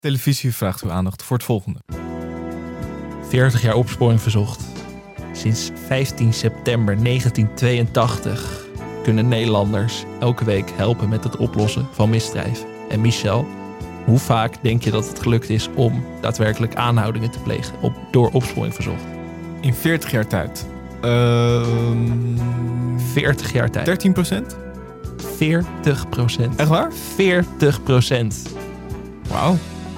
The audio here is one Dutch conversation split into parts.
Televisie vraagt uw aandacht voor het volgende. 40 jaar opsporing verzocht. Sinds 15 september 1982 kunnen Nederlanders elke week helpen met het oplossen van misdrijven. En Michel, hoe vaak denk je dat het gelukt is om daadwerkelijk aanhoudingen te plegen door opsporing verzocht? In 40 jaar tijd. 40 jaar tijd. 13%? 40%. Echt waar? 40%. Wauw.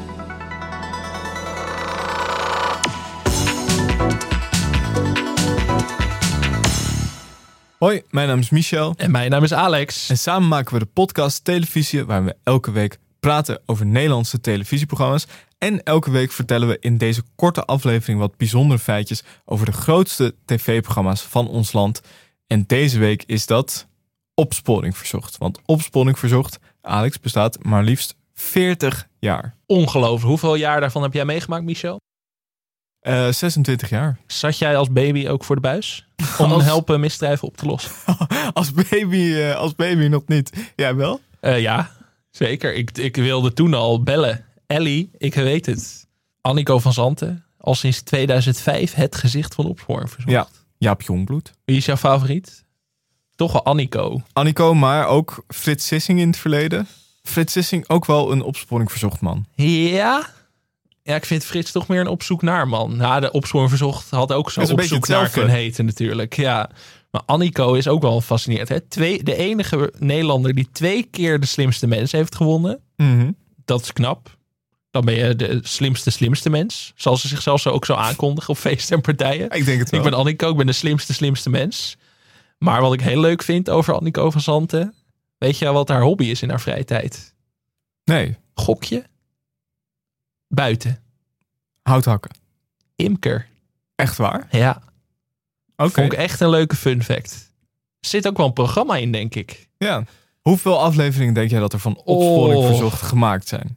Hoi, mijn naam is Michel. En mijn naam is Alex. En samen maken we de podcast Televisie, waar we elke week praten over Nederlandse televisieprogramma's. En elke week vertellen we in deze korte aflevering wat bijzondere feitjes over de grootste tv-programma's van ons land. En deze week is dat Opsporing Verzocht. Want Opsporing Verzocht, Alex, bestaat maar liefst 40 jaar. Ongelooflijk. Hoeveel jaar daarvan heb jij meegemaakt, Michel? 26 jaar. Zat jij als baby ook voor de buis? Om helpen misdrijven op te lossen? Als baby nog niet. Jij wel? Ja, zeker. Ik wilde toen al bellen. Ellie, ik weet het. Annico van Zanten, al sinds 2005 het gezicht van Opsporing Verzocht. Ja, Jaap Jongbloed. Wie is jouw favoriet? Toch wel Annico. Annico, maar ook Frits Sissing in het verleden. Frits Sissing ook wel een Opsporing Verzocht man. Ja, ik vind Frits toch meer een opzoek naar man. Ja, de Opsporing Verzocht had ook zo opzoek naar kunnen heten natuurlijk. Ja, maar Annico is ook wel fascinerend. Hè? De enige Nederlander die 2 keer de slimste mens heeft gewonnen. Mm-hmm. Dat is knap. Dan ben je de slimste mens. Zal ze zichzelf ook zo aankondigen op feesten en partijen? Ik denk het wel. Ik ben Annico, ik ben de slimste mens. Maar wat ik heel leuk vind over Annico van Zanten. Weet je wat haar hobby is in haar vrije tijd? Nee. Gokje. Buiten. Houthakken. Imker. Echt waar? Ja. Oké. Vond ik echt een leuke fun fact. Er zit ook wel een programma in, denk ik. Ja. Hoeveel afleveringen denk jij dat er van Opsporing Verzocht gemaakt zijn?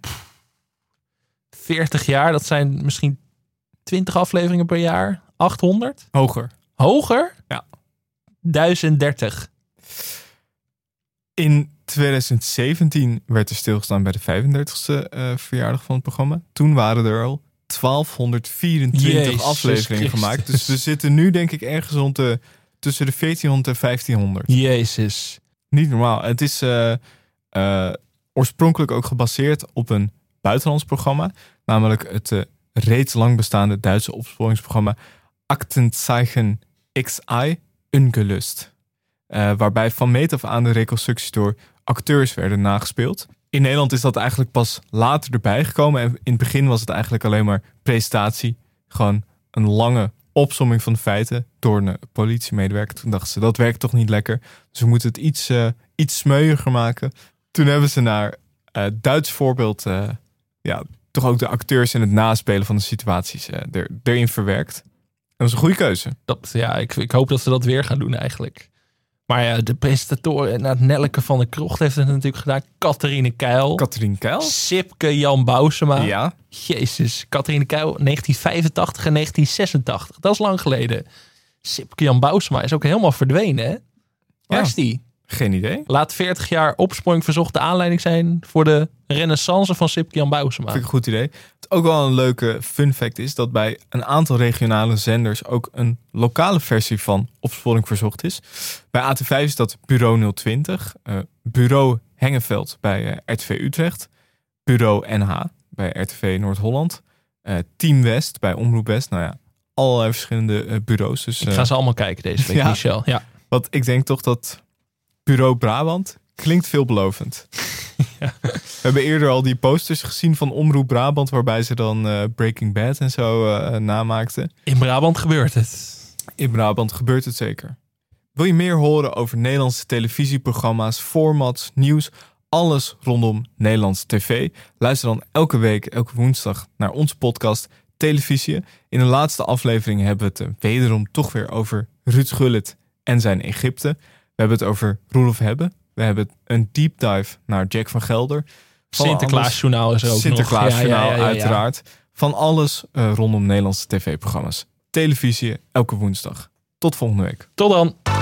40 jaar, dat zijn misschien 20 afleveringen per jaar. 800? Hoger. Hoger? Ja. 1030. In 2017 werd er stilgestaan bij de 35e verjaardag van het programma. Toen waren er al 1224 afleveringen gemaakt. Dus we zitten nu denk ik ergens rond tussen de 1400 en 1500. Jezus. Niet normaal. Het is oorspronkelijk ook gebaseerd op een buitenlands programma. Namelijk het reeds lang bestaande Duitse opsporingsprogramma Aktenzeichen XI Ungelöst. Waarbij van meet af aan de reconstructies door acteurs werden nagespeeld. In Nederland is dat eigenlijk pas later erbij gekomen. En in het begin was het eigenlijk alleen maar presentatie. Gewoon een lange opsomming van de feiten door een politiemedewerker. Toen dachten ze, dat werkt toch niet lekker. Dus we moeten het iets smeuiger maken. Toen hebben ze naar Duits voorbeeld toch ook de acteurs in het naspelen van de situaties erin verwerkt. Dat was een goede keuze. Ik hoop dat ze dat weer gaan doen eigenlijk. Maar ja, de presentatoren, Nelleke van der Krocht heeft het natuurlijk gedaan. Catherine Keil. Sipke Jan Bousema. Ja. Jezus, Catherine Keil, 1985 en 1986. Dat is lang geleden. Sipke Jan Bousema is ook helemaal verdwenen, hè? Waar is die? Geen idee. Laat 40 jaar Opsporing Verzocht de aanleiding zijn voor de renaissance van Sipke Jan Bousema. Vind ik een goed idee. Wat ook wel een leuke fun fact is dat bij een aantal regionale zenders ook een lokale versie van Opsporing Verzocht is. Bij AT5 is dat Bureau 020, Bureau Hengeveld bij RTV Utrecht, Bureau NH bij RTV Noord-Holland, Team West bij Omroep West. Nou ja, allerlei verschillende bureaus. Dus, ik ga ze allemaal kijken deze week, Michel. Ja. Want ik denk toch dat Bureau Brabant klinkt veelbelovend. Ja. We hebben eerder al die posters gezien van Omroep Brabant, waarbij ze dan Breaking Bad en zo namaakten. In Brabant gebeurt het. In Brabant gebeurt het zeker. Wil je meer horen over Nederlandse televisieprogramma's, formats, nieuws, alles rondom Nederlandse tv? Luister dan elke woensdag naar onze podcast Televisie. In de laatste aflevering hebben we het wederom toch weer over Ruud Gullit en zijn Egypte. We hebben het over Roelof Hebbe. We hebben een deep dive naar Jack van Gelder. Sinterklaasjournaal is er ook Sinterklaasjournaal, nog. uiteraard. Van alles rondom Nederlandse tv-programma's. Televisie elke woensdag. Tot volgende week. Tot dan.